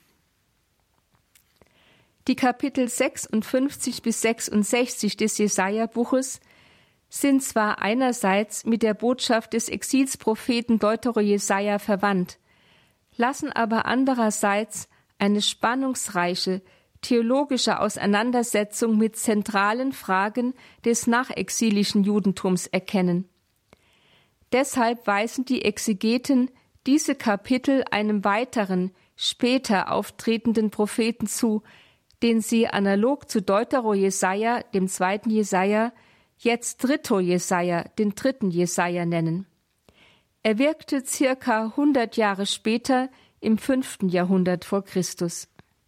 Die Kapitel sechsundfünfzig bis sechsundsechzig des Jesaja-Buches sind zwar einerseits mit der Botschaft des Exilspropheten Deutero-Jesaja verwandt, lassen aber andererseits eine spannungsreiche theologische Auseinandersetzung mit zentralen Fragen des nachexilischen Judentums erkennen. Deshalb weisen die Exegeten diese Kapitel einem weiteren, später auftretenden Propheten zu, den sie analog zu Deutero-Jesaja, dem zweiten Jesaja, jetzt Tritto-Jesaja, den dritten Jesaja nennen. Er wirkte circa hundert Jahre später im fünften Jahrhundert vor Christus.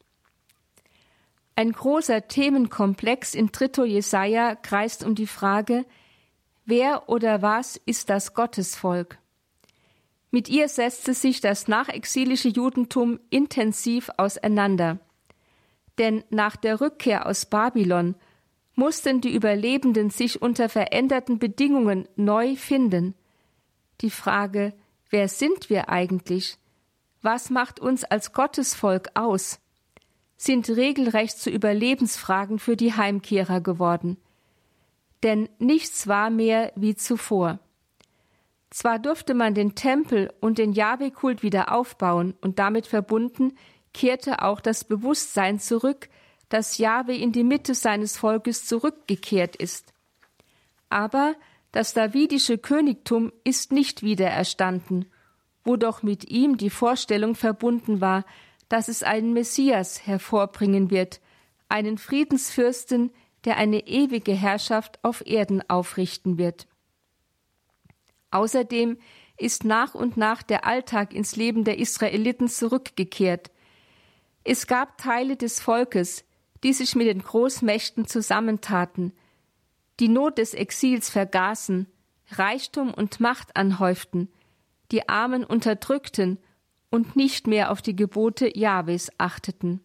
Ein großer Themenkomplex in Tritto Jesaja kreist um die Frage, wer oder was ist das Gottesvolk? Mit ihr setzte sich das nachexilische Judentum intensiv auseinander. Denn nach der Rückkehr aus Babylon mussten die Überlebenden sich unter veränderten Bedingungen neu finden. Die Frage, wer sind wir eigentlich? Was macht uns als Gottesvolk aus? Sind regelrecht zu Überlebensfragen für die Heimkehrer geworden. Denn nichts war mehr wie zuvor. Zwar durfte man den Tempel und den Jahwe-Kult wieder aufbauen und damit verbunden kehrte auch das Bewusstsein zurück, dass Jahwe in die Mitte seines Volkes zurückgekehrt ist. Aber das davidische Königtum ist nicht wiedererstanden, wo doch mit ihm die Vorstellung verbunden war, dass es einen Messias hervorbringen wird, einen Friedensfürsten, der eine ewige Herrschaft auf Erden aufrichten wird. Außerdem ist nach und nach der Alltag ins Leben der Israeliten zurückgekehrt. Es gab Teile des Volkes, die sich mit den Großmächten zusammentaten, die Not des Exils vergaßen, Reichtum und Macht anhäuften, die Armen unterdrückten und nicht mehr auf die Gebote Jahwes achteten.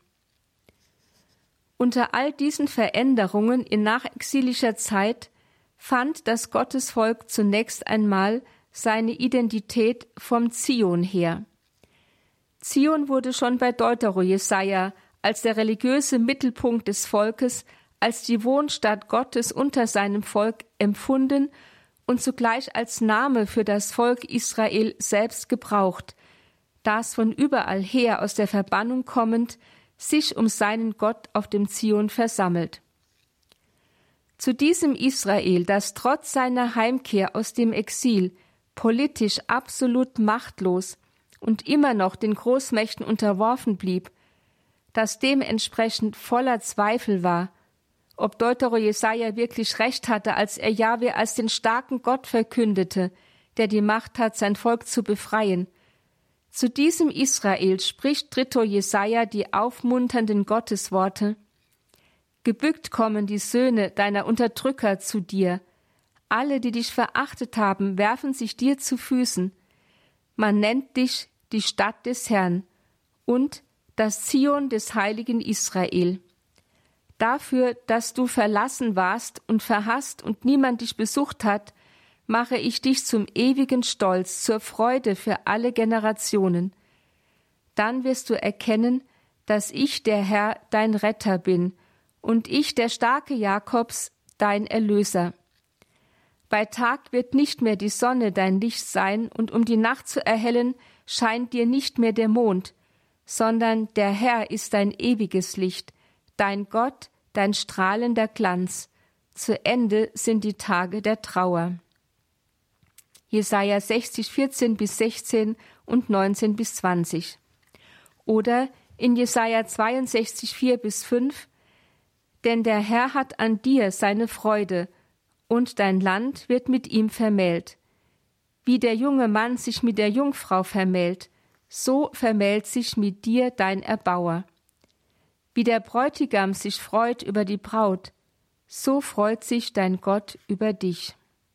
Unter all diesen Veränderungen in nachexilischer Zeit fand das Gottesvolk zunächst einmal seine Identität vom Zion her. Zion wurde schon bei Deutero-Jesaja als der religiöse Mittelpunkt des Volkes, als die Wohnstatt Gottes unter seinem Volk empfunden und zugleich als Name für das Volk Israel selbst gebraucht, das von überall her aus der Verbannung kommend sich um seinen Gott auf dem Zion versammelt. Zu diesem Israel, das trotz seiner Heimkehr aus dem Exil politisch absolut machtlos und immer noch den Großmächten unterworfen blieb, das dementsprechend voller Zweifel war, ob Deutero-Jesaja wirklich recht hatte, als er Jahwe als den starken Gott verkündete, der die Macht hat, sein Volk zu befreien, Zu diesem Israel spricht dritter Jesaja die aufmunternden Gottesworte: Gebückt kommen die Söhne deiner Unterdrücker zu dir. Alle, die dich verachtet haben, werfen sich dir zu Füßen. Man nennt dich die Stadt des Herrn und das Zion des heiligen Israel. Dafür, dass du verlassen warst und verhasst und niemand dich besucht hat, mache ich dich zum ewigen Stolz, zur Freude für alle Generationen. Dann wirst du erkennen, dass ich der Herr, dein Retter bin, und ich, der Starke Jakobs, dein Erlöser. Bei Tag wird nicht mehr die Sonne dein Licht sein, und um die Nacht zu erhellen, scheint dir nicht mehr der Mond, sondern der Herr ist dein ewiges Licht, dein Gott, dein strahlender Glanz. Zu Ende sind die Tage der Trauer. Jesaja sechzig, vierzehn bis sechzehn und neunzehn bis zwanzig. Oder in Jesaja zweiundsechzig, vier bis fünf: Denn der Herr hat an dir seine Freude, und dein Land wird mit ihm vermählt. Wie der junge Mann sich mit der Jungfrau vermählt, so vermählt sich mit dir dein Erbauer. Wie der Bräutigam sich freut über die Braut, so freut sich dein Gott über dich.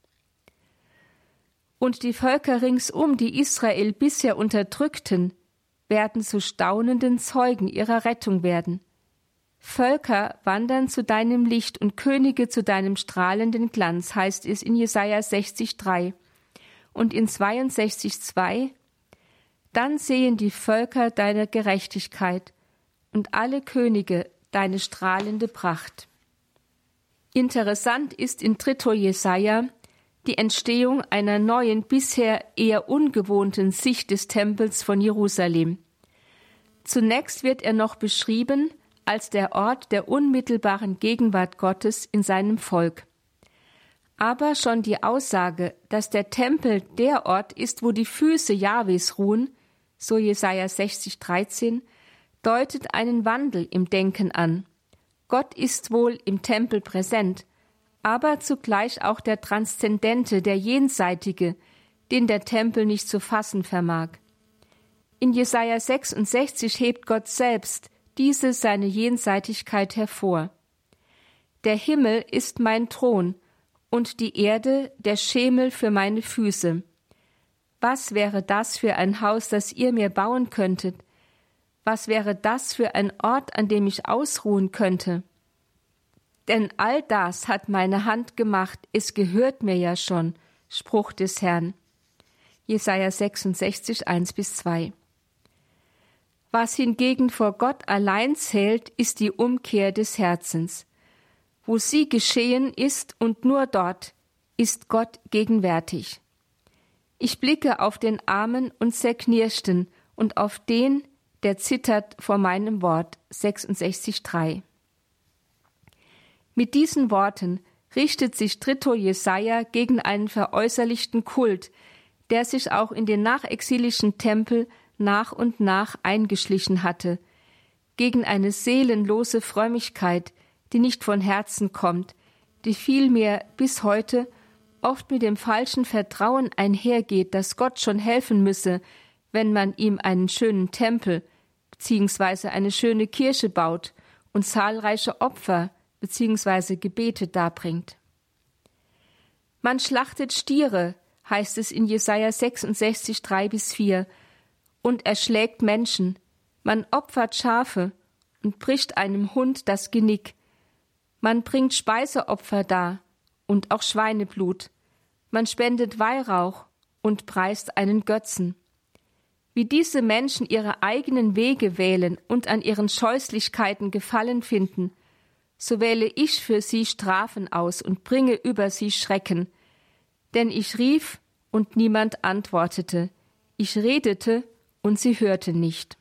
Und die Völker ringsum, die Israel bisher unterdrückten, werden zu staunenden Zeugen ihrer Rettung werden. Völker wandern zu deinem Licht und Könige zu deinem strahlenden Glanz, heißt es in Jesaja sechzig, drei. Und in zweiundsechzig, zwei: Dann sehen die Völker deine Gerechtigkeit und alle Könige deine strahlende Pracht. Interessant ist in dritter Jesaja die Entstehung einer neuen, bisher eher ungewohnten Sicht des Tempels von Jerusalem. Zunächst wird er noch beschrieben als der Ort der unmittelbaren Gegenwart Gottes in seinem Volk. Aber schon die Aussage, dass der Tempel der Ort ist, wo die Füße Jahwes ruhen, so Jesaja sechzig, dreizehn, deutet einen Wandel im Denken an. Gott ist wohl im Tempel präsent, aber zugleich auch der Transzendente, der Jenseitige, den der Tempel nicht zu fassen vermag. In Jesaja sechsundsechzig hebt Gott selbst diese seine Jenseitigkeit hervor. Der Himmel ist mein Thron und die Erde der Schemel für meine Füße. Was wäre das für ein Haus, das ihr mir bauen könntet? Was wäre das für ein Ort, an dem ich ausruhen könnte? Denn all das hat meine Hand gemacht, es gehört mir ja schon, Spruch des Herrn. Jesaja sechsundsechzig, eins bis zwei. Was hingegen vor Gott allein zählt, ist die Umkehr des Herzens. Wo sie geschehen ist und nur dort, ist Gott gegenwärtig. Ich blicke auf den Armen und Zerknirschten und auf den, der zittert vor meinem Wort. sechsundsechzig, drei. Mit diesen Worten richtet sich dritter Jesaja gegen einen veräußerlichten Kult, der sich auch in den nachexilischen Tempel nach und nach eingeschlichen hatte, gegen eine seelenlose Frömmigkeit, die nicht von Herzen kommt, die vielmehr bis heute oft mit dem falschen Vertrauen einhergeht, dass Gott schon helfen müsse, wenn man ihm einen schönen Tempel bzw. eine schöne Kirche baut und zahlreiche Opfer bzw. Gebete darbringt. Man schlachtet Stiere, heißt es in Jesaja sechsundsechzig, drei bis vier, und erschlägt Menschen. Man opfert Schafe und bricht einem Hund das Genick. Man bringt Speiseopfer dar und auch Schweineblut. Man spendet Weihrauch und preist einen Götzen. Wie diese Menschen ihre eigenen Wege wählen und an ihren Scheußlichkeiten Gefallen finden, so wähle ich für sie Strafen aus und bringe über sie Schrecken. Denn ich rief, und niemand antwortete. Ich redete, und sie hörte nicht.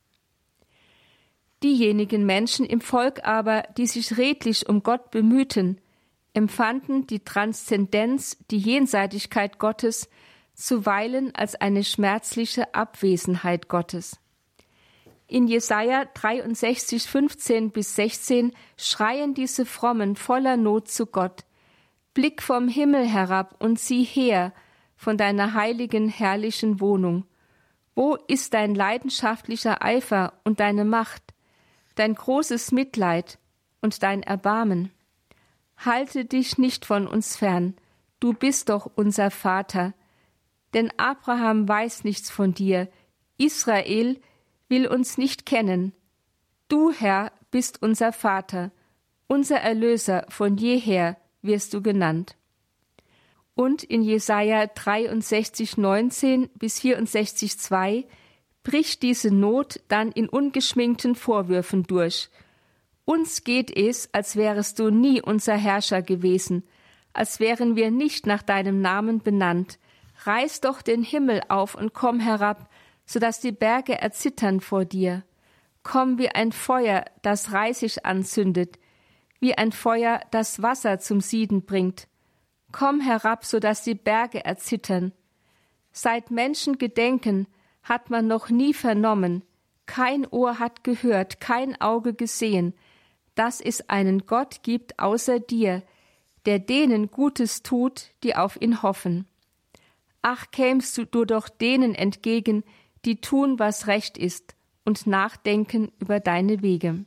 Diejenigen Menschen im Volk aber, die sich redlich um Gott bemühten, empfanden die Transzendenz, die Jenseitigkeit Gottes, zuweilen als eine schmerzliche Abwesenheit Gottes. In Jesaja dreiundsechzig, fünfzehn bis sechzehn schreien diese Frommen voller Not zu Gott: Blick vom Himmel herab und sieh her von deiner heiligen, herrlichen Wohnung. Wo ist dein leidenschaftlicher Eifer und deine Macht, dein großes Mitleid und dein Erbarmen? Halte dich nicht von uns fern, du bist doch unser Vater. Denn Abraham weiß nichts von dir, Israel will uns nicht kennen. Du, Herr, bist unser Vater, unser Erlöser von jeher wirst du genannt. Und in Jesaja dreiundsechzig, neunzehn bis vierundsechzig, zwei bricht diese Not dann in ungeschminkten Vorwürfen durch. Uns geht es, als wärest du nie unser Herrscher gewesen, als wären wir nicht nach deinem Namen benannt. Reiß doch den Himmel auf und komm herab, so dass die Berge erzittern vor dir. Komm wie ein Feuer, das Reisig anzündet, wie ein Feuer, das Wasser zum Sieden bringt. Komm herab, so dass die Berge erzittern. Seit Menschengedenken hat man noch nie vernommen, kein Ohr hat gehört, kein Auge gesehen, dass es einen Gott gibt außer dir, der denen Gutes tut, die auf ihn hoffen. Ach, kämst du doch denen entgegen, die tun, was recht ist, und nachdenken über deine Wege.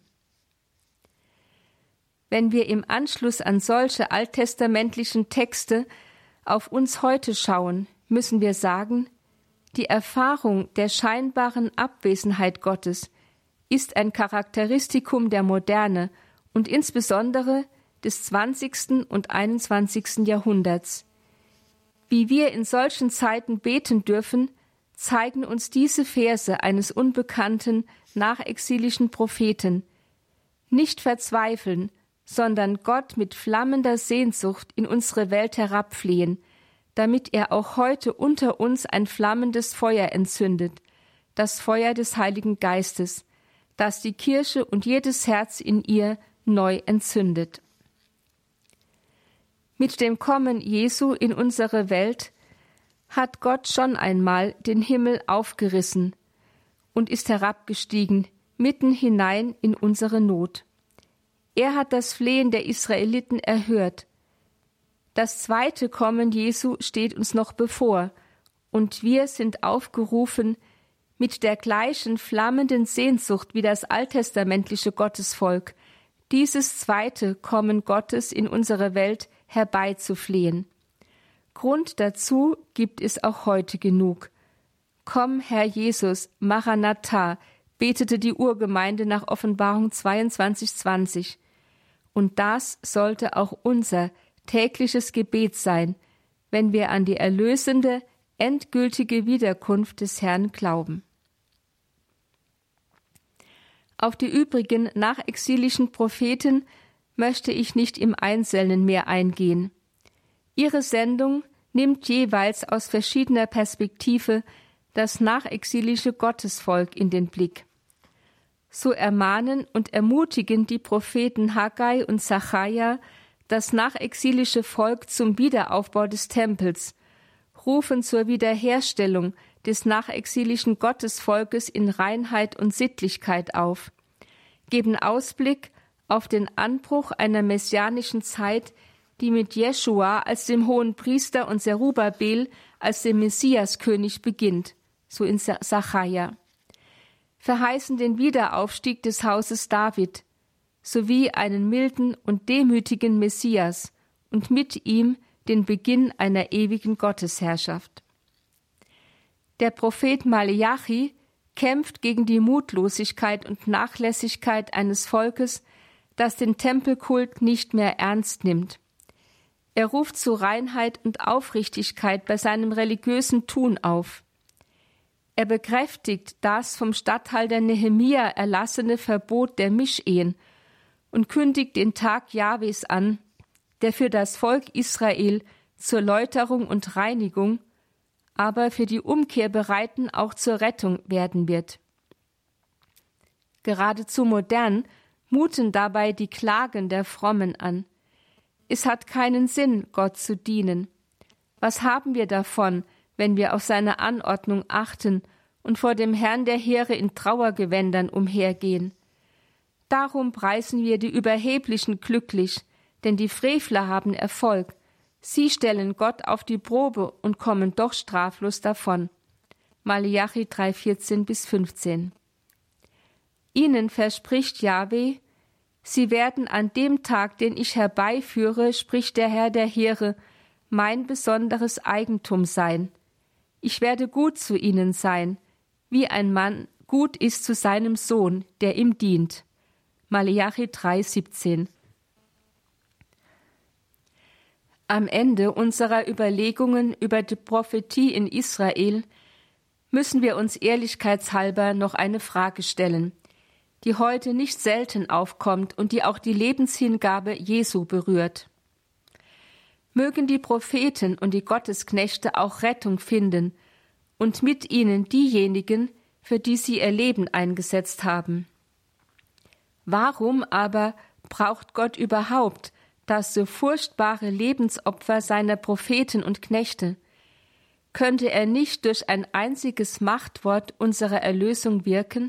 Wenn wir im Anschluss an solche alttestamentlichen Texte auf uns heute schauen, müssen wir sagen, die Erfahrung der scheinbaren Abwesenheit Gottes ist ein Charakteristikum der Moderne und insbesondere des zwanzigsten und einundzwanzigsten Jahrhunderts. Wie wir in solchen Zeiten beten dürfen, zeigen uns diese Verse eines unbekannten, nachexilischen Propheten. Nicht verzweifeln, sondern Gott mit flammender Sehnsucht in unsere Welt herabflehen, damit er auch heute unter uns ein flammendes Feuer entzündet, das Feuer des Heiligen Geistes, das die Kirche und jedes Herz in ihr neu entzündet. Mit dem Kommen Jesu in unsere Welt hat Gott schon einmal den Himmel aufgerissen und ist herabgestiegen, mitten hinein in unsere Not. Er hat das Flehen der Israeliten erhört. Das zweite Kommen Jesu steht uns noch bevor, und wir sind aufgerufen, mit der gleichen flammenden Sehnsucht wie das alttestamentliche Gottesvolk, dieses zweite Kommen Gottes in unsere Welt herbeizuflehen. Grund dazu gibt es auch heute genug. Komm, Herr Jesus, Maranatha, betete die Urgemeinde nach Offenbarung zweiundzwanzig, zwanzig. Und das sollte auch unser tägliches Gebet sein, wenn wir an die erlösende, endgültige Wiederkunft des Herrn glauben. Auf die übrigen nachexilischen Propheten möchte ich nicht im Einzelnen mehr eingehen. Ihre Sendung nimmt jeweils aus verschiedener Perspektive das nachexilische Gottesvolk in den Blick. So ermahnen und ermutigen die Propheten Haggai und Sacharja das nachexilische Volk zum Wiederaufbau des Tempels, rufen zur Wiederherstellung des nachexilischen Gottesvolkes in Reinheit und Sittlichkeit auf, geben Ausblick auf den Anbruch einer messianischen Zeit, die mit Jeschua als dem Hohenpriester und Zerubabel als dem Messiaskönig beginnt, so in Sacharja. Verheißen den Wiederaufstieg des Hauses David sowie einen milden und demütigen Messias und mit ihm den Beginn einer ewigen Gottesherrschaft. Der Prophet Maleachi kämpft gegen die Mutlosigkeit und Nachlässigkeit eines Volkes, das den Tempelkult nicht mehr ernst nimmt. Er ruft zu Reinheit und Aufrichtigkeit bei seinem religiösen Tun auf. Er bekräftigt das vom Statthalter Nehemia erlassene Verbot der Mischehen und kündigt den Tag Jahwes an, der für das Volk Israel zur Läuterung und Reinigung, aber für die Umkehrbereiten auch zur Rettung werden wird. Geradezu modern muten dabei die Klagen der Frommen an. Es hat keinen Sinn, Gott zu dienen. Was haben wir davon, wenn wir auf seine Anordnung achten und vor dem Herrn der Heere in Trauergewändern umhergehen? Darum preisen wir die Überheblichen glücklich, denn die Frevler haben Erfolg. Sie stellen Gott auf die Probe und kommen doch straflos davon. Maleachi drei, vierzehn bis fünfzehn. Ihnen verspricht Jahwe: Sie werden an dem Tag, den ich herbeiführe, spricht der Herr der Heere, mein besonderes Eigentum sein. Ich werde gut zu ihnen sein, wie ein Mann gut ist zu seinem Sohn, der ihm dient. Maleachi drei, siebzehn. Am Ende unserer Überlegungen über die Prophetie in Israel müssen wir uns ehrlichkeitshalber noch eine Frage stellen, die heute nicht selten aufkommt und die auch die Lebenshingabe Jesu berührt. Mögen die Propheten und die Gottesknechte auch Rettung finden und mit ihnen diejenigen, für die sie ihr Leben eingesetzt haben. Warum aber braucht Gott überhaupt das so furchtbare Lebensopfer seiner Propheten und Knechte? Könnte er nicht durch ein einziges Machtwort unserer Erlösung wirken?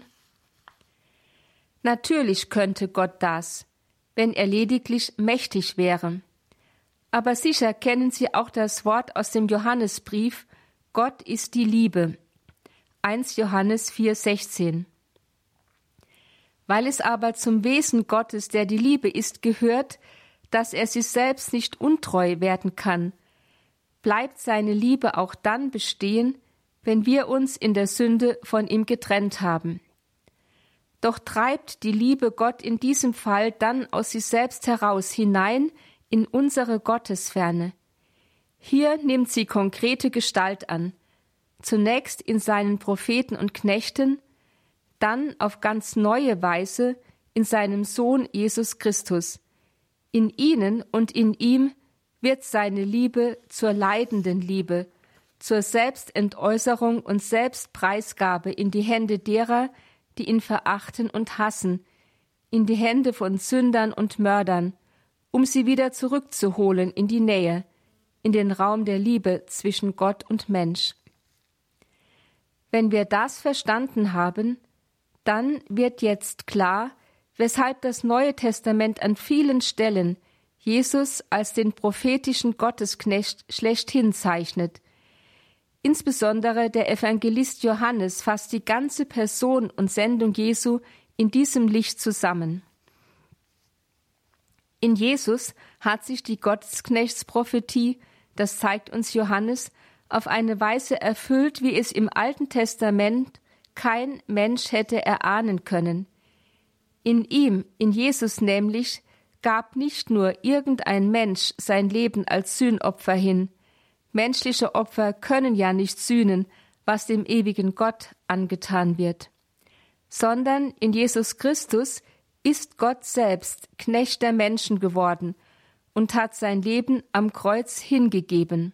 Natürlich könnte Gott das, wenn er lediglich mächtig wäre. Aber sicher kennen Sie auch das Wort aus dem Johannesbrief: Gott ist die Liebe. erster Johannes vier, sechzehn. Weil es aber zum Wesen Gottes, der die Liebe ist, gehört, dass er sich selbst nicht untreu werden kann, bleibt seine Liebe auch dann bestehen, wenn wir uns in der Sünde von ihm getrennt haben. Doch treibt die Liebe Gott in diesem Fall dann aus sich selbst heraus hinein in unsere Gottesferne. Hier nimmt sie konkrete Gestalt an, zunächst in seinen Propheten und Knechten, dann auf ganz neue Weise in seinem Sohn Jesus Christus. In ihnen und in ihm wird seine Liebe zur leidenden Liebe, zur Selbstentäußerung und Selbstpreisgabe in die Hände derer, die ihn verachten und hassen, in die Hände von Sündern und Mördern, um sie wieder zurückzuholen in die Nähe, in den Raum der Liebe zwischen Gott und Mensch. Wenn wir das verstanden haben, dann wird jetzt klar, weshalb das Neue Testament an vielen Stellen Jesus als den prophetischen Gottesknecht schlechthin zeichnet. Insbesondere der Evangelist Johannes fasst die ganze Person und Sendung Jesu in diesem Licht zusammen. In Jesus hat sich die Gottesknechtsprophetie, das zeigt uns Johannes, auf eine Weise erfüllt, wie es im Alten Testament kein Mensch hätte erahnen können. In ihm, in Jesus nämlich, gab nicht nur irgendein Mensch sein Leben als Sühnopfer hin. Menschliche Opfer können ja nicht sühnen, was dem ewigen Gott angetan wird. Sondern in Jesus Christus ist Gott selbst Knecht der Menschen geworden und hat sein Leben am Kreuz hingegeben.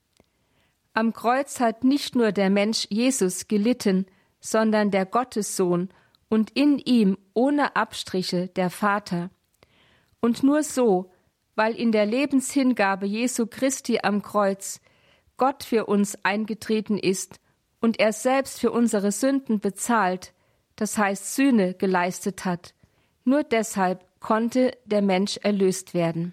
Am Kreuz hat nicht nur der Mensch Jesus gelitten, sondern der Gottessohn und in ihm ohne Abstriche der Vater. Und nur so, weil in der Lebenshingabe Jesu Christi am Kreuz Gott für uns eingetreten ist und er selbst für unsere Sünden bezahlt, das heißt Sühne geleistet hat, nur deshalb konnte der Mensch erlöst werden.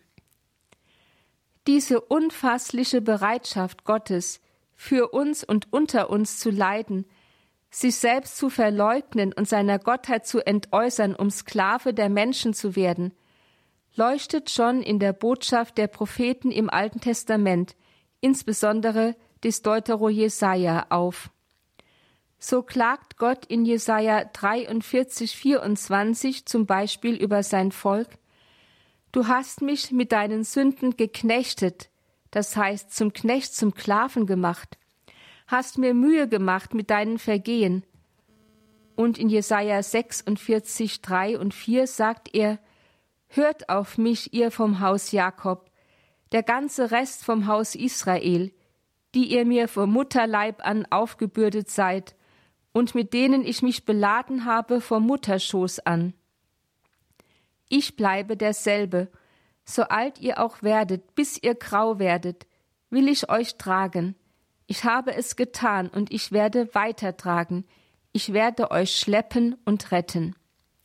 Diese unfassliche Bereitschaft Gottes, für uns und unter uns zu leiden, sich selbst zu verleugnen und seiner Gottheit zu entäußern, um Sklave der Menschen zu werden, leuchtet schon in der Botschaft der Propheten im Alten Testament, insbesondere des Deutero-Jesaja, auf. So klagt Gott in Jesaja dreiundvierzig, vierundzwanzig zum Beispiel über sein Volk: Du hast mich mit deinen Sünden geknechtet, das heißt zum Knecht, zum Sklaven gemacht, hast mir Mühe gemacht mit deinen Vergehen. Und in Jesaja sechsundvierzig, drei und vier sagt er: Hört auf mich, ihr vom Haus Jakob, der ganze Rest vom Haus Israel, die ihr mir vom Mutterleib an aufgebürdet seid und mit denen ich mich beladen habe vom Mutterschoß an. Ich bleibe derselbe, so alt ihr auch werdet, bis ihr grau werdet, will ich euch tragen. Ich habe es getan und ich werde weitertragen. Ich werde euch schleppen und retten.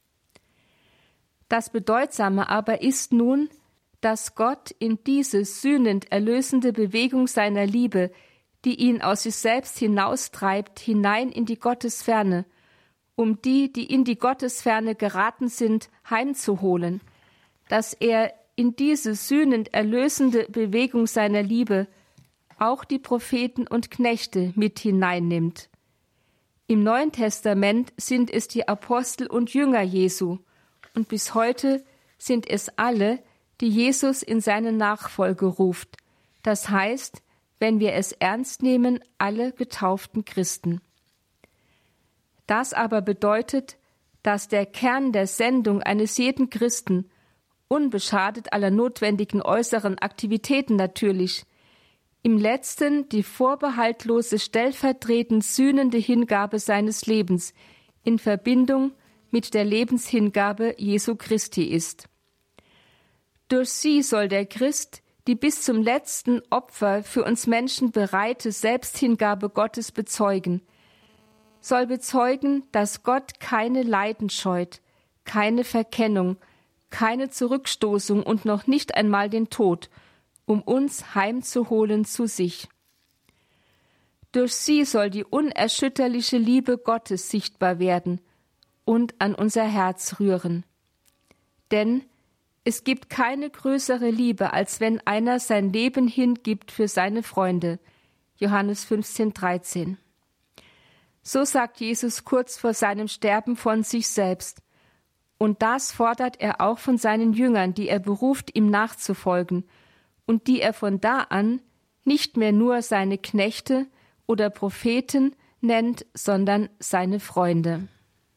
Das Bedeutsame aber ist nun, dass Gott in diese sühnend erlösende Bewegung seiner Liebe, die ihn aus sich selbst hinaustreibt, hinein in die Gottesferne, um die, die in die Gottesferne geraten sind, heimzuholen, dass er in diese sühnend erlösende Bewegung seiner Liebe auch die Propheten und Knechte mit hineinnimmt. Im Neuen Testament sind es die Apostel und Jünger Jesu, und bis heute sind es alle, die Jesus in seine Nachfolge ruft, das heißt, wenn wir es ernst nehmen, alle getauften Christen. Das aber bedeutet, dass der Kern der Sendung eines jeden Christen, unbeschadet aller notwendigen äußeren Aktivitäten natürlich, im Letzten die vorbehaltlose, stellvertretend sühnende Hingabe seines Lebens in Verbindung mit der Lebenshingabe Jesu Christi ist. Durch sie soll der Christ die bis zum letzten Opfer für uns Menschen bereite Selbsthingabe Gottes bezeugen, soll bezeugen, dass Gott keine Leiden scheut, keine Verkennung, keine Zurückstoßung und noch nicht einmal den Tod, um uns heimzuholen zu sich. Durch sie soll die unerschütterliche Liebe Gottes sichtbar werden und an unser Herz rühren. Denn es gibt keine größere Liebe, als wenn einer sein Leben hingibt für seine Freunde. Johannes fünfzehn, dreizehn. So sagt Jesus kurz vor seinem Sterben von sich selbst. Und das fordert er auch von seinen Jüngern, die er beruft, ihm nachzufolgen und die er von da an nicht mehr nur seine Knechte oder Propheten nennt, sondern seine Freunde.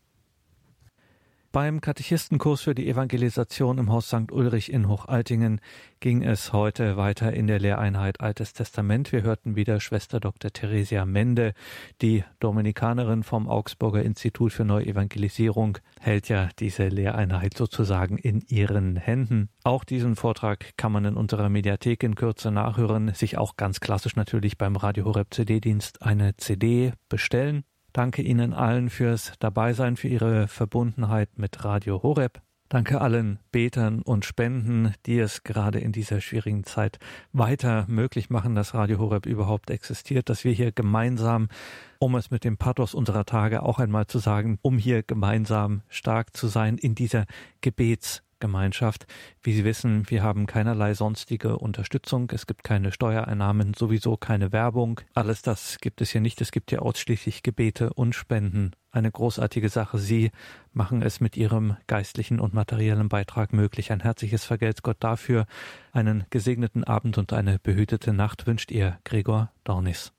Beim Katechistenkurs für die Evangelisation im Haus Sankt Ulrich in Hochaltingen ging es heute weiter in der Lehreinheit Altes Testament. Wir hörten wieder Schwester Doktor Theresia Mende, die Dominikanerin vom Augsburger Institut für Neuevangelisierung, hält ja diese Lehreinheit sozusagen in ihren Händen. Auch diesen Vortrag kann man in unserer Mediathek in Kürze nachhören, sich auch ganz klassisch natürlich beim Radio Horeb C D-Dienst eine C D bestellen. Danke Ihnen allen fürs Dabeisein, für Ihre Verbundenheit mit Radio Horeb. Danke allen Betern und Spenden, die es gerade in dieser schwierigen Zeit weiter möglich machen, dass Radio Horeb überhaupt existiert, dass wir hier gemeinsam, um es mit dem Pathos unserer Tage auch einmal zu sagen, um hier gemeinsam stark zu sein in dieser Gebetsgemeinschaft. Wie Sie wissen, wir haben keinerlei sonstige Unterstützung, es gibt keine Steuereinnahmen, sowieso keine Werbung. Alles das gibt es hier nicht, es gibt hier ausschließlich Gebete und Spenden. Eine großartige Sache. Sie machen es mit Ihrem geistlichen und materiellen Beitrag möglich. Ein herzliches Vergelt's Gott dafür. Einen gesegneten Abend und eine behütete Nacht wünscht Ihr Gregor Dornis.